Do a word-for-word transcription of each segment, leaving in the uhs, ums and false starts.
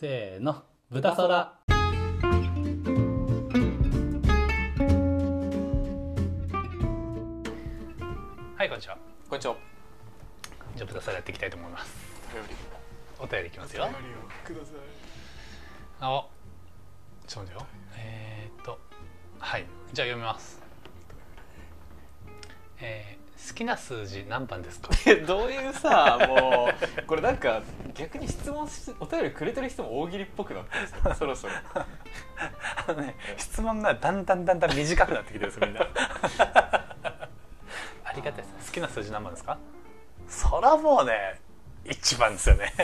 せーの、豚そら。はい、こんにちは。 こんにちは。 じゃあ豚そらやっていきたいと思います。 お便りお便りいきますよ。 お便りをください。 あ、ちょっと待ってよ。えーっとはいじゃあ読みます。えー、好きな数字何番ですか？ どういうさ、もうこれなんか逆に質問しお便りくれてる人も大喜利っぽくなってるんですよそろそろあのね、質問がだんだんだんだん短くなってきてるんですみんなありがたいですね。好きな数字何番ですか？そらもうねいちばんですよね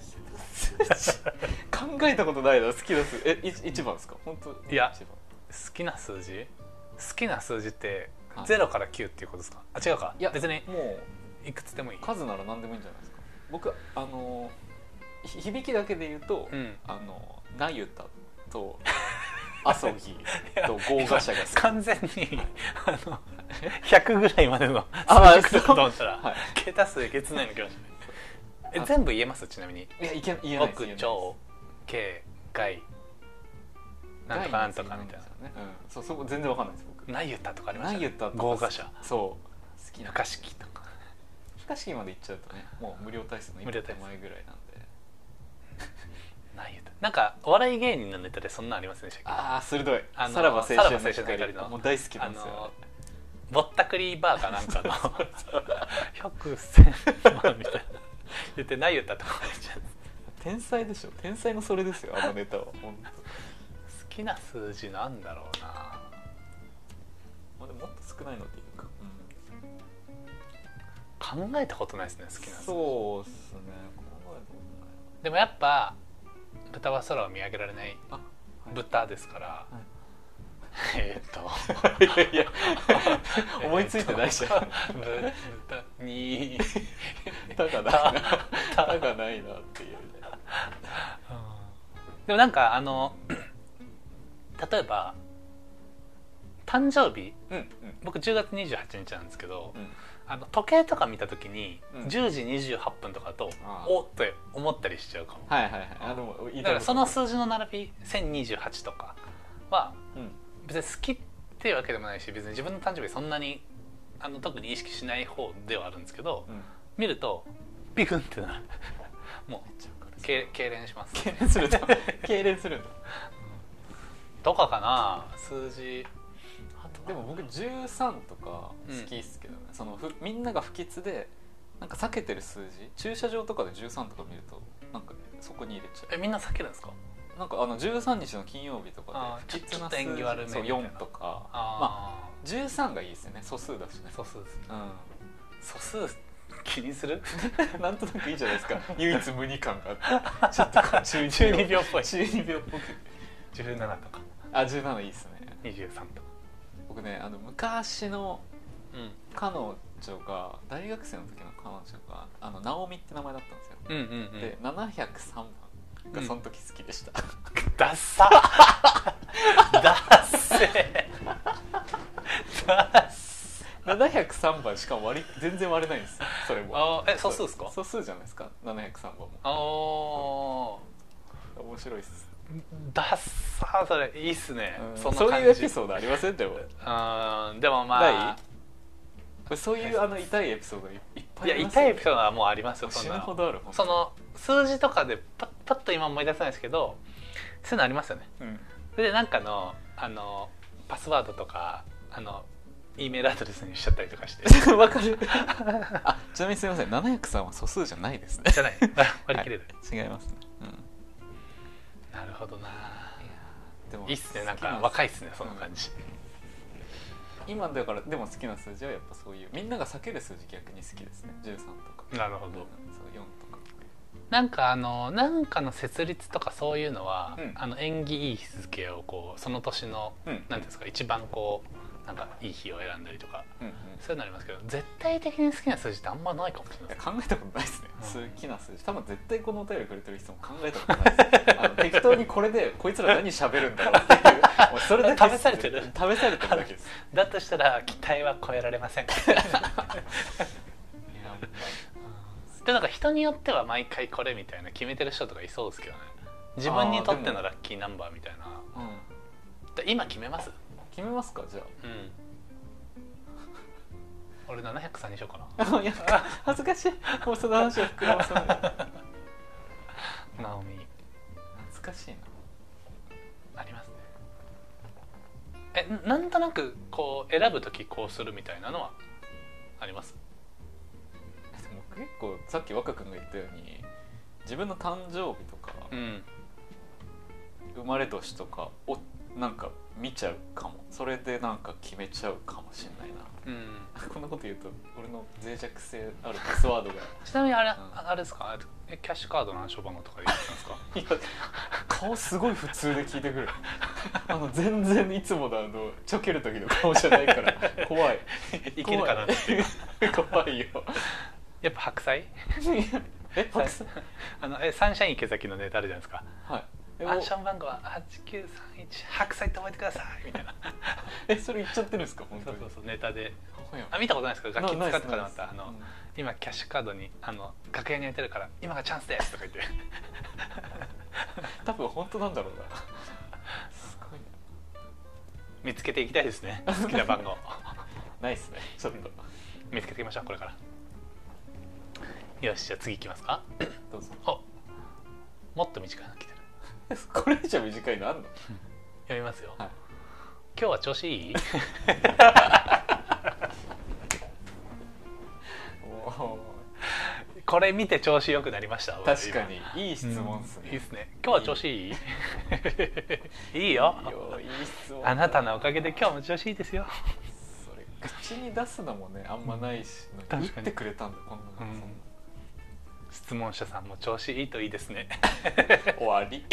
考えたことないな。好きな数字えいちばんですか？本当いやいちばん好きな数字好きな数字ってゼロからきゅうっていうことですか？あ、違うか。 いや別にもういくつでもいい。 数なら何でもいいんじゃないですか。僕あのひ響きだけで言うと、うん、あのなゆたとあそぎと豪華者が完全にあのひゃくぐらいまでの数字かと思ったら、はい、桁数えげつないのきましたね。え全部言えます？ちなみに。 いやいけ言えないです。 奥長慶外なんとかなんとかみたいな、 ね、うん、そうそこ全然わかんないです僕。 なゆたとかありましたね。 なゆたとか豪華者。 そう好きな。 不可思議とか。 不可思議までいっちゃうとね、もう無料体操の一歩手前ぐらいなんで。 なゆた。なんかお笑い芸人のネタでそんなありませんでしたっけ？ ああ鋭い。 あのさらば青春の光のもう大好きなんですよ。 ぼったくりバーかなんかの百千万みたいな言ってなゆたとか言っちゃう。 天才でしょ。天才のそれですよあのネタは。本当。 好きな数字なんだろうな。 まあ、でももっと少ないのでいいか、 うん、考えたことないですね。好きな数字。 そうっすね。考えたことない。 でもやっぱ豚は空を見上げられない豚ですから、はい、えー、っといやいや思いついてないじゃん。 豚にたがないなたがないなっていうね、 うん、でもなんかあの例えば誕生日、うんうん、僕じゅうがつにじゅうはちにちなんですけど、うん、あの時計とか見た時にじゅうじにじゅうはっぷんとかだと、うん、おって思ったりしちゃうかも。 はいはいはい。あでもいいだからその数字の並びせんにじゅうはちとかは、うん、別に好きっていうわけでもないし、別に自分の誕生日そんなにあの特に意識しない方ではあるんですけど、うん、見るとビクンってなるもうけ痙攣します。 痙攣すると痙攣するんだとかかな数字。 でも僕じゅうさんとか好きっすけどね、うん、そのふみんなが不吉でなんか避けてる数字、駐車場とかでじゅうさんとか見るとなんかそこに入れちゃう。 えみんな避けるんですか？ なんかあのじゅうさんにちの金曜日とかで不吉な数字、ちょっと縁起悪めみたいな、そうよんとか、まあじゅうさんがいいですよね。素数だしね。 素数です、うん、素数気にするなんとなくいいじゃないですか。唯一無二感があってちょっと中二病っぽい。 中二病っぽくじゅうななとか。 あじゅうなないいですね。 にじゅうさんとか。 僕ねあの昔の彼女が、うん、大学生の時の彼女があの直美って名前だったんですよ、うんうんうん、でななひゃくさんばんがその時好きでした、うん、 ダッサダッセダッセななひゃくさんばんしかも割り全然割れないんですよ。それもあえ素数ですか？ 素数じゃないですかななひゃくさんばんも。 あ面白いっす。 ダッサーそれいいっすね、 うん、そんな感じ。そういうエピソードありません？でもうんでもまあそういうあの痛いエピソードいっぱいありますよ。 いや痛いエピソードはもうありますよ。 死ぬほどある。 その数字とかでパッパッと今思い出せないですけどそういうのありますよね、うん、それでなんかのあのパスワードとかあの E メールアドレスにしちゃったりとかしてわかるあちなみにすみませんななひゃくさんは素数じゃないですね。 じゃない割り切れる、 はい、違いますね、うん、 なるほどな。 でもいいっすね。なんか若いっすねその感じ、 うん、今だからでも好きな数字はやっぱそういうみんなが避ける数字逆に好きですね。じゅうさんとか。 なるほど、うん、 そうよんとか。 なんかあのなんかの設立とかそういうのは、うん、あの縁起いい日付をこうその年の、うん、なんていうんですか一番こうなんかいい日を選んだりとか、うんうん、そういうのありますけど絶対的に好きな数字ってあんまないかもしれない。 いや考えたことないですね、うん、好きな数字多分絶対このお便りくれてる人も考えたことないですあの適当にこれでこいつら何喋るんだろうっていうもうそれだけ試されてる試されてるだけですだとしたら期待は超えられませんでなんか人によっては毎回これみたいな決めてる人とかいそうですけどね。 自分にとってのラッキーナンバーみたいな、うん、今決めます？ 決めますかじゃあ。うん。 俺ななひゃくさんにしようかな。 いや恥ずかしい。もうその話を膨らまさない。 ナオミ懐かしいな。ありますね。え、なんとなくこう選ぶときこうするみたいなのはあります？ でも結構さっき若君が言ったように自分の誕生日とか、うん、生まれ年とかをなんか見ちゃうかも。それでなんか決めちゃうかもしれないな。うん、こんなこと言うと俺の脆弱性あるパスワードがちなみにあれ、うん、あれですか？えキャッシュカードの暗証番号とか言ってたんですか？ いや顔すごい普通で聞いてくる。あの全然いつものあのちょける時の顔じゃないから怖い。 いけるかなって怖いよ。 やっぱ白菜？ え白菜？ あのえサンシャイン池崎のネタあるじゃないですか。 はい。 暗証番号ははちきゅうさんいち白菜って覚えてくださいみたいな。 えそれ言っちゃってるんですか？本当に。 そうそうそうネタで。あ見たことないですか？楽器使ってからまたあの、うん、今キャッシュカードにあの楽屋に入れてるから今がチャンスですとか言って。 多分本当なんだろうな。すごいな。見つけていきたいですね。好きな番号。 ないですね。ちょっと見つけていきましょうこれから。よしじゃあ次いきますか。 どうぞ。 おもっと短くなってきてる。 これ以上短いのあんの？ 読みますよ、はい、今日は調子いい？これ見て調子良くなりました。 確かにいい質問ですね、 うん、いいですね。今日は調子いい？いいいよ。 いい質問。 あなたのおかげで今日も調子いいですよ。 それ口に出すのもねあんまないし、うん、言ってくれたんだこんなの、うん、 質問者さんも調子いいといいですね。 終わり。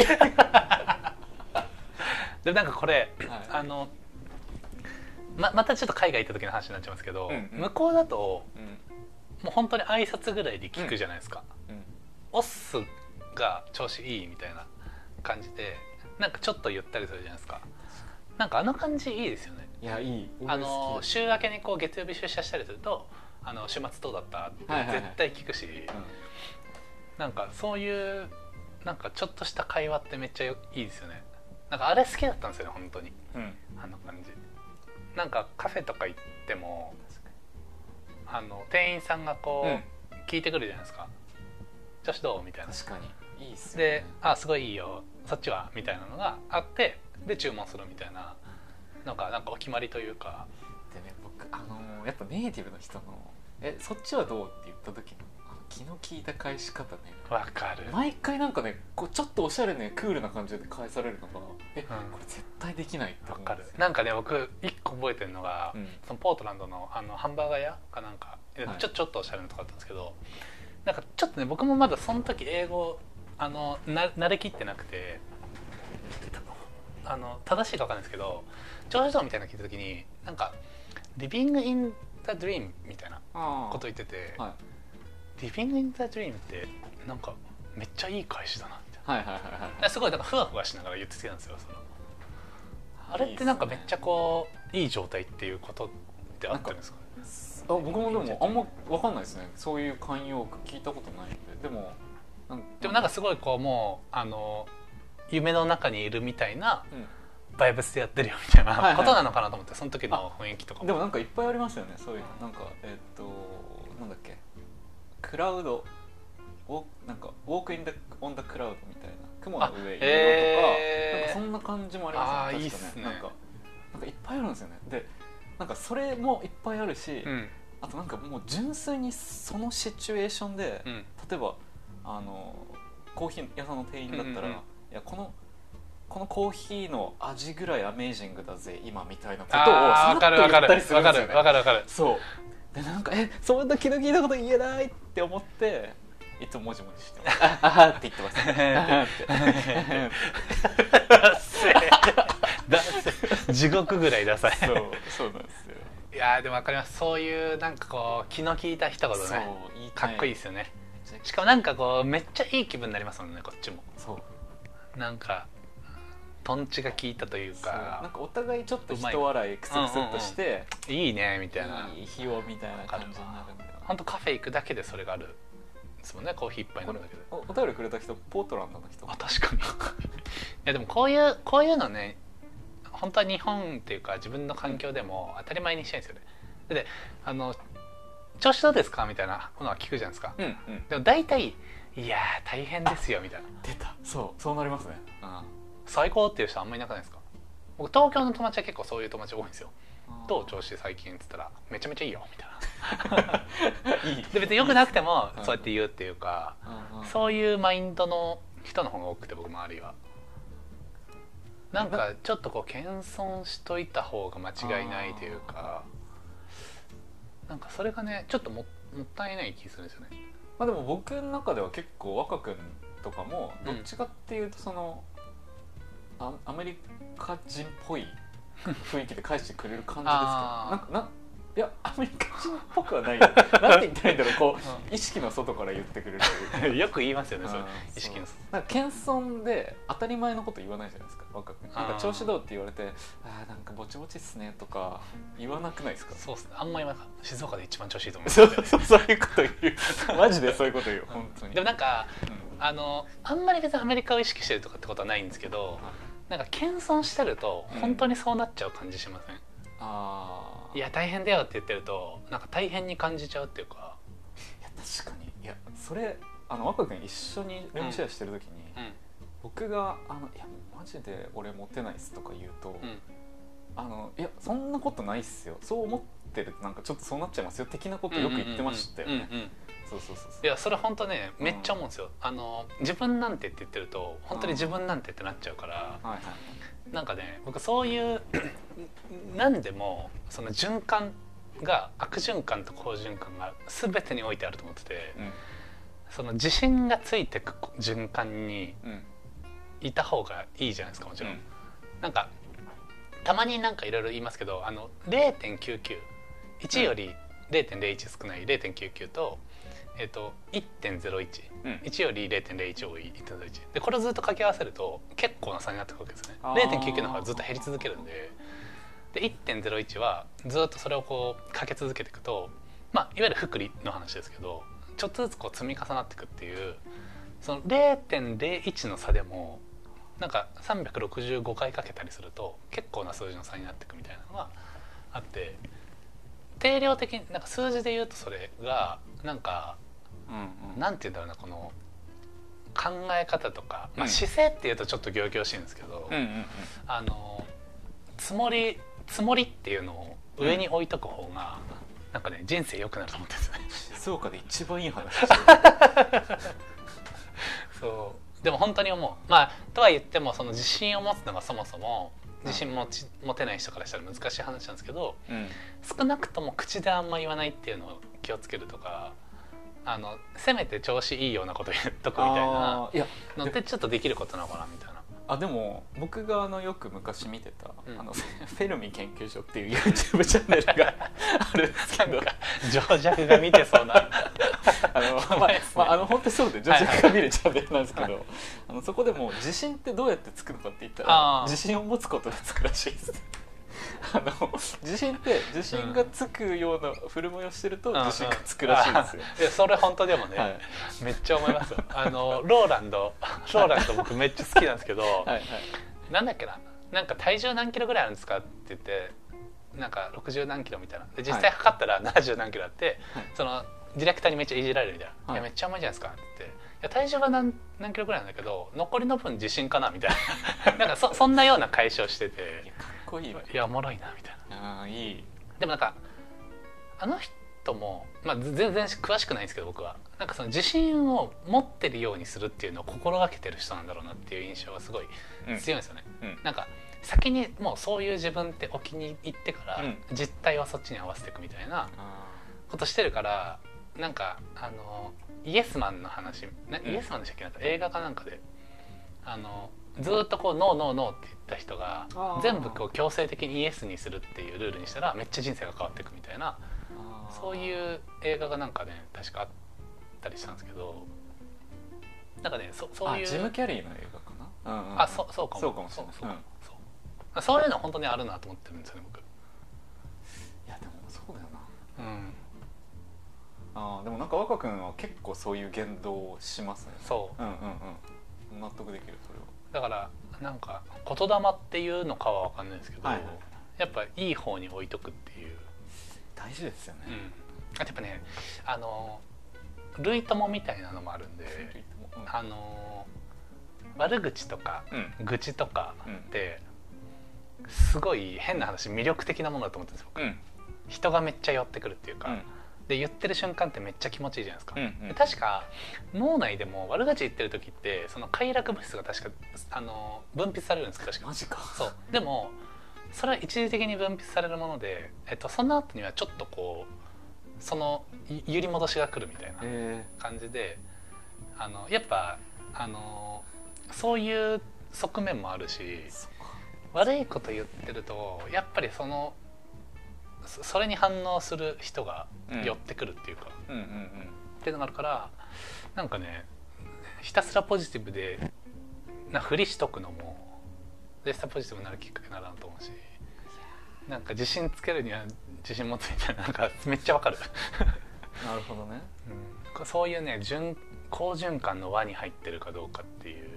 でなんかこれ、はい、あの ま, またちょっと海外行った時の話になっちゃいますけど、うんうん、向こうだと、うん、もう本当に挨拶ぐらいで聞くじゃないですか、うんうん、オスが調子いいみたいな感じでなんかちょっと言ったりするじゃないですか。なんかあの感じいいですよね。 いやいい。 あの週明けにこう月曜日出社したりするとあの週末どうだったって絶対聞くし、はいはいはい、うん、なんかそういうなんかちょっとした会話ってめっちゃいいですよね。なんかあれ好きだったんですよね本当に、うん、あの感じ。なんかカフェとか行ってもあの店員さんがこう、うん、聞いてくるじゃないですか。調子どうみたいな。 確かにいいっすよね。 で、あすごいいいよそっちはみたいなのがあってで注文するみたいなのがなんかお決まりというか。 でね僕あのー、やっぱネイティブの人のえそっちはどうって言った時の気の利いた返し方ね。 わかる。 毎回なんかねこうちょっとおしゃれねクールな感じで返されるのがえ、うん、これ絶対できないって思うんですよ。わかる。なんかね僕一個覚えてるのが、うん、そのポートランド の, あのハンバーガー屋かなんか、はい、ちょ, ちょっとおしゃれなとこだったんですけどなんかちょっとね僕もまだその時英語あのな慣れきってなくてあの正しいか分かんないですけど調子どうみたいなの聞いた時になんかリビングインザドリームみたいなこと言ってて、はい、リビングインザドリームってなんかめっちゃいい返しだなみたいな、はいはいはいはい、すごいなんかふわふわしながら言ってきたんですよ。そのあれってなんかめっちゃこういい状態っていうことってあったんですかね。 あ僕もでもあんま分かんないですね。そういう慣用句聞いたことないんで。でもなんでもなんかすごいこうもうあの夢の中にいるみたいな、うん、バイブスでやってるよみたいなことなのかなと思って、はいはい、その時の雰囲気とかも。 でもなんかいっぱいありますよねそういうの。なんかえー、っとなんだっけクラウドなんかウォークインオンダクラウドみたいな雲の上いるよとか、えー、なんかそんな感じもありますよね。確かね。いいっすね。なんかなんかいっぱいあるんですよね。でなんかそれもいっぱいあるし、うん、あとなんかもう純粋にそのシチュエーションで、うん、例えばあのコーヒー屋さんの店員だったら、うんうんうん、いやこのこのコーヒーの味ぐらいアメージングだぜ今みたいなことをさらっと言ったりするんですよね。 わかるわかる。 そうでなんかえそんな気の利いたこと言えないって思っていつももじもじしてます。ああって言ってますね。 地獄ぐらいダサい。 そうそうなんですよ。 いやでも分かります。そういうなんかこう気の利いた一言ねかっこいいですよね。しかもなんかこうめっちゃいい気分になりますもんねこっちも。そうなんかトンチが効いたというかなんかお互いちょっと人笑いクスクスっとして、 うんうんうん、いいねみたいな、 いい日をみたいな感じになるんだよ。 ほんとカフェ行くだけでそれがあるですもんね、コーヒー一杯飲むだけで。 お, お便りくれた人ポートランドの人。 あ、確かにいやでもこういうこういうのね、本当は日本っていうか自分の環境でも当たり前にしたいんですよね。で、あの調子どうですかみたいなものは聞くじゃないですか、うんうん、でも大体いやー大変ですよみたいな。 出た、そうそうなりますね、うん、 最高っていう人あんまりいなくないですか。僕東京の友達は結構そういう友達多いんですよ。どう調子最近って言ったらめちゃめちゃいいよみたいないいで別に良くなくてもそうやって言うっていうか、うんうん、そういうマインドの人の方が多くて、僕周りはなんかちょっとこう謙遜しといた方が間違いないというか、なんかそれがねちょっと も, もったいない気するんですよね。 まあ、でも僕の中では結構若君とかもどっちかっていうとその、うん、アメリカ人っぽい雰囲気で返してくれる感じですけどなんかないやアメリカ人っぽくはないなんて言ったらいいんだろう、こう、うん、意識の外から言ってくれるというよく言いますよね、それ意識の外。 なんか謙遜で当たり前のこと言わないじゃないですか、若くなんか調子どうって言われてああなんかぼちぼちっすねとか言わなくないですか。 そうですね、あんまり静岡で一番調子いいと思う。 そうそうそういうこと言うマジでそういうこと言う、うん、本当に。 でもなんか、うん、あのあんまり別にアメリカを意識してるとかってことはないんですけど、うん、なんか謙遜してると本当にそうなっちゃう感じしません、うん、あいや大変だよって言ってるとなんか大変に感じちゃうっていうか。 いや確かに、いやそれあの若君一緒にルームシェアしてる時に、うんうん、僕があのいやマジで俺モテないっすとか言うと、うん、あのいやそんなことないっすよ、そう思ってるとなんかちょっとそうなっちゃいますよ的なことよく言ってましたよね。そうそうそうそう。 いやそれ本当ねめっちゃ思うんですよ、うん、あの自分なんてって言ってると本当に自分なんてってなっちゃうから、はいはい、なんかね僕そういう何でもその循環が悪循環と好循環が全てにおいてあると思ってて、うん、その自信がついてく循環にいた方がいいじゃないですか、もちろん、うん、なんかたまになんかいろいろ言いますけど、あの れいてんきゅうきゅう いちより れいてんれいいち 少ない れいてんきゅうきゅう とえー、と いってんゼロいち、うん、いちより れいてんれいいち 多い いってんゼロいち でこれをずっと掛け合わせると結構な差になってくるわけですね。 れいてんきゅうきゅう の方がずっと減り続けるんで、で いってんゼロいち はずっとそれをこうかけ続けていくと、まあいわゆる複利の話ですけどちょっとずつこう積み重なっていくっていう、その れいてんれいいち の差でもなんかさんびゃくろくじゅうごかいかけたりすると結構な数字の差になっていくみたいなのがあって、定量的になんか数字で言うとそれがなんかうんうん、なんていうんだろうな、この考え方とか、まあ、姿勢っていうとちょっと仰々しいんですけど、うんうんうん、あのつもりつもりっていうのを上に置いとく方が、うん、なんかね人生良くなると思ってるんですよね。 静岡で一番いい話してるそうでも本当に思う。まあとは言ってもその自信を持つのがそもそも自信持ち持てない人からしたら難しい話なんですけど、うん、少なくとも口であんま言わないっていうのを気をつけるとか、あのせめて調子いいようなこと言っとくみたいなのってちょっとできることなのかなみたいな。 あでも僕があのよく昔見てた、うん、あのフェルミ研究所っていう YouTube チャンネルがあるんですけど情弱が見てそうなあの、まあまあ、あの本当にそうで情弱が見るチャンネルなんですけど、はいはい、あのそこでも自信ってどうやってつくのかって言ったら自信を持つことでつくらしいですあの自信って自信がつくような振る舞いをしてると自信がつくらしいんですよ、 うんうん、いやそれ本当でもね、はい、めっちゃ思いますよ。あのローランドローランド僕めっちゃ好きなんですけどはい、はい、なんだっけな、なんか体重何キロぐらいあるんですかって言ってなんかろくじゅう何キロみたいなで実際測ったらななじゅう何キロあって、はい、そのディレクターにめっちゃいじられるみたいな、はい、いやめっちゃ重いじゃないですかって言って、いや体重は 何, 何キロぐらいなんだけど残りの分自信かなみたいななんか そ, そんなような解消してて、いやかっこいい、いやおもろいなみたいな。 あいい。 でもなんかあの人も、まあ、全然詳しくないんですけど僕はなんかその自信を持ってるようにするっていうのを心がけてる人なんだろうなっていう印象がすごい強いんですよね、うんうん、なんか先にもうそういう自分って置きに行ってから、うん、実態はそっちに合わせていくみたいなことしてるから、なんかあのイエスマンの話、ね、イエスマンでしたっけ、なんか映画かなんかであのずっとこうノーノーノーって言った人が全部こう強制的にイエスにするっていうルールにしたらめっちゃ人生が変わっていくみたいな、そういう映画がなんかね確かあったりしたんですけど、なんかね そ, そういうジム・キャリーの映画かな、うんうんうん、 あ そ, そうかもそうかもしれない、 そうそうそうそうそういうの本当にあるなと思ってるんですよね僕。いやでもそうだよな、 うん、 あでもなんか若君は結構そういう言動をしますね。 そううんうんうん納得できるそれは。 だからなんか言霊っていうのかは分かんないですけど、はいはい、やっぱいい方に置いとくっていう大事ですよね、 うん、あとやっぱねあの類友みたいなのもあるんで、うん、あの悪口とか、うん、愚痴とかってすごい変な話魅力的なものだと思ってるんですよ、うん、人がめっちゃ寄ってくるっていうか、うん、で言ってる瞬間ってめっちゃ気持ちいいじゃないですか、うんうん、確か脳内でも悪口言ってる時ってその快楽物質が確かあの分泌されるんです確か。 マジか。 そうでもそれは一時的に分泌されるもので、えっと、その後にはちょっとこうその揺り戻しが来るみたいな感じで、あのやっぱあのそういう側面もあるし、悪いこと言ってるとやっぱりそのそれに反応する人が寄ってくるっていうか、うんうんうんうん、っていうのがあるからなんかねひたすらポジティブでなふりしとくのもでしたポジティブになるきっかけになるなと思うし、なんか自信つけるには自信持つみたいななんかめっちゃわかるなるほどね、 うん、そういうね循好循環の輪に入ってるかどうかっていう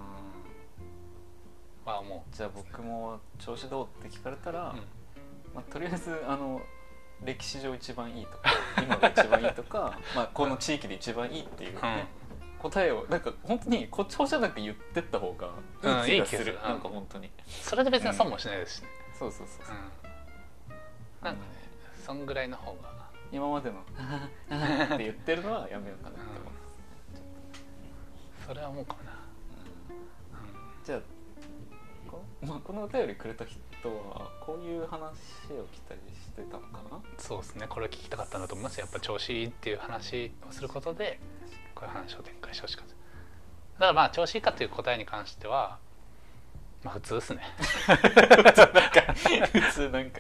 まあもうじゃあ僕も調子どうって聞かれたら、うんまあ、とりあえずあの歴史上一番いいとか今が一番いいとかまあこの地域で一番いいっていう、ねうん、答えをなんか本当に誇張じゃなく言ってった方がいい気がする、うん、なんか本当にそれで別に損もしないですしね、 うん、そうそうそうそう、うん、 なんかねそんぐらいの方が今までのって言ってるのはやめようかなって思います、 うん、それは思うかな、 うん、じゃあこ, まあ、このお便りくれた人はこういう話を期待してたのかな。 そうですねこれ聞きたかったんだと思います。やっぱ調子いいっていう話をすることでこういう話を展開してほしかった。だからまあ調子いいかという答えに関してはまあ普通ですね普通なんか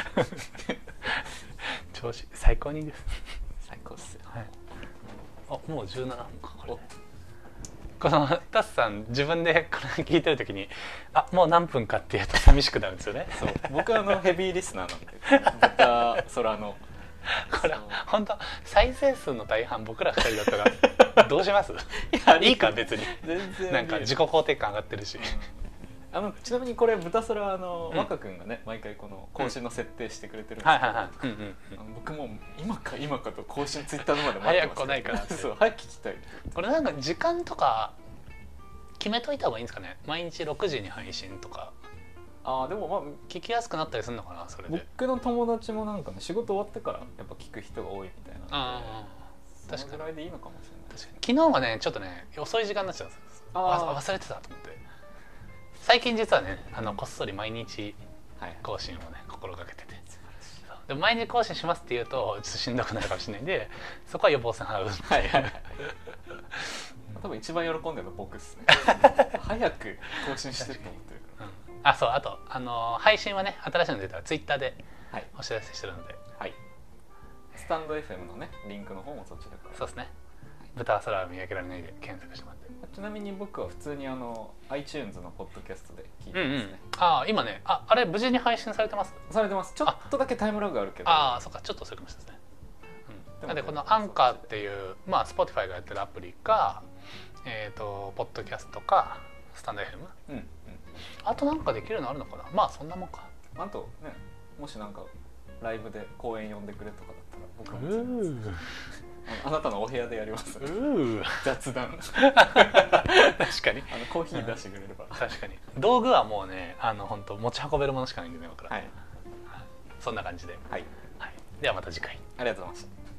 調子最高にいいです最高っすよ、 はい、あもうじゅうななふんかこれこのタスさん自分でこれ聞いてる時にあもう何分かってやると寂しくなるんですよね。 そう僕はあのヘビーリスナーなんで豚空のこれ本当再生数の大半僕らふたりだったらどうします？いやいいか別に全然なんか自己肯定感上がってるし、うんあのちなみにこれ豚空あの、うん、若くんがね毎回この更新の設定してくれてるんですけど僕も今か今かと更新ツイッターのまで待ってます早く来ないからってそう早く聞きたい。 これなんか時間とか決めといた方がいいんですかね。毎日ろくじに配信とか。 あでもまあ聞きやすくなったりするのかなそれで。 僕の友達もなんかね仕事終わってからやっぱ聞く人が多いみたいなのであそのぐらいでいいのかもしれない。 確かに昨日はねちょっとね遅い時間になっちゃうんですよ。忘れてたと思って。最近実はねあのこっそり毎日更新をね、はい、心がけててで毎日更新しますって言うとちょっとしんどくなるかもしれないんでそこは予防線払うはいはい多分一番喜んでるの僕っすね早く更新してると思ってるから、うん、 あそうあとあの配信はね新しいの出たらツイッターでお知らせしてるので、はい、 スタンド エフエム のねリンクの方もそっちだからそうですね豚は空は見分けられないで検索してもらってちなみに僕は普通にあの iTunes のポッドキャストで聞いてますね、うんうん、 ああ今ね あ, あれ無事に配信されてます？ されてます。ちょっとだけタイムラグあるけどああそっかちょっと遅れましたね、うん、なのでこのアンカーっていうまあ Spotify がやってるアプリかえっ、ー、とポッドキャストかスタンド エフエム、うんうん、あとなんかできるのあるのかな。まあそんなもんか。 あとねもしなんかライブで公演呼んでくれとかだったら僕もあなたのお部屋でやります、ね、う雑談確かにあのコーヒー出してくれれば、うん、 確かに道具はもうねあの本当持ち運べるものしかないんでね僕ら、はい、そんな感じで、はいはい、ではまた次回ありがとうございました。